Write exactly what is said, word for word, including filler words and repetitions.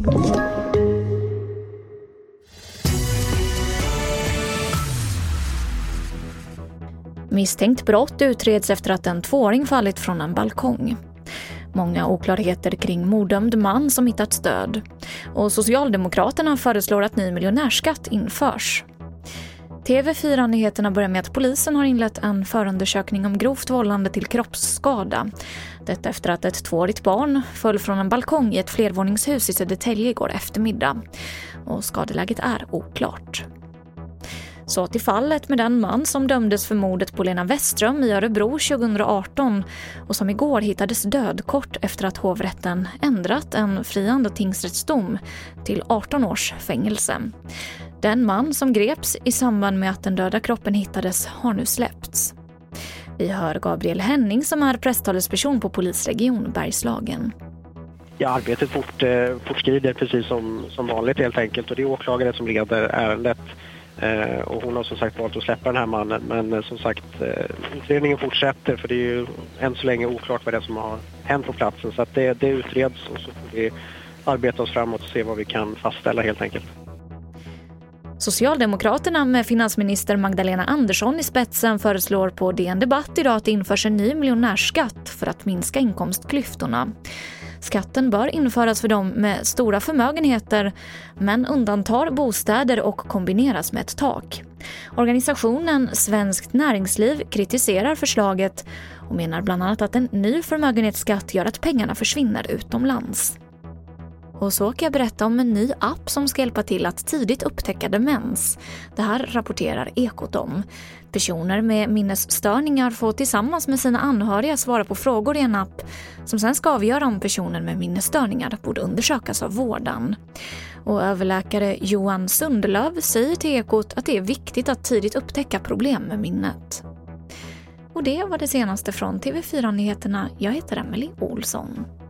Misstänkt brott utreds efter att en tvååring fallit från en balkong. Många oklarheter kring morddömd man som hittat stöd. Och Socialdemokraterna föreslår att ny miljonärskatt införs. T V fyra-nyheterna börjar med att polisen har inlett en förundersökning om grovt vållande till kroppsskada. Detta efter att ett tvåårigt barn föll från en balkong i ett flervåningshus i Södertälje igår eftermiddag. Och skadeläget är oklart. Så till fallet med den man som dömdes för mordet på Lena Westström i Örebro tjugoarton och som igår hittades död kort efter att hovrätten ändrat en friande tingsrättsdom till arton års fängelse. Den man som greps i samband med att den döda kroppen hittades har nu släppts. Vi hör Gabriel Henning som är presstalesperson på polisregion Bergslagen. Ja, arbetet fort, fortskrider precis som, som vanligt helt enkelt, och det är åklagare som leder ärendet. Eh, och hon har som sagt valt att släppa den här mannen, men eh, som sagt eh, utredningen fortsätter, för det är ju än så länge oklart vad det är som har hänt på platsen, så att det, det utreds och så får vi arbeta oss framåt och se vad vi kan fastställa helt enkelt. Socialdemokraterna med finansminister Magdalena Andersson i spetsen föreslår på D N Debatt idag att det införs en ny miljonärskatt för att minska inkomstklyftorna. Skatten bör införas för dem med stora förmögenheter, men undantar bostäder och kombineras med ett tak. Organisationen Svenskt Näringsliv kritiserar förslaget och menar bland annat att en ny förmögenhetsskatt gör att pengarna försvinner utomlands. Och så kan jag berätta om en ny app som ska hjälpa till att tidigt upptäcka demens. Det här rapporterar Ekot om. Personer med minnesstörningar får tillsammans med sina anhöriga svara på frågor i en app som sen ska avgöra om personer med minnesstörningar borde undersökas av vården. Och överläkare Johan Sundelöv säger till Ekot att det är viktigt att tidigt upptäcka problem med minnet. Och det var det senaste från T V fyra-nyheterna. Jag heter Emily Olsson.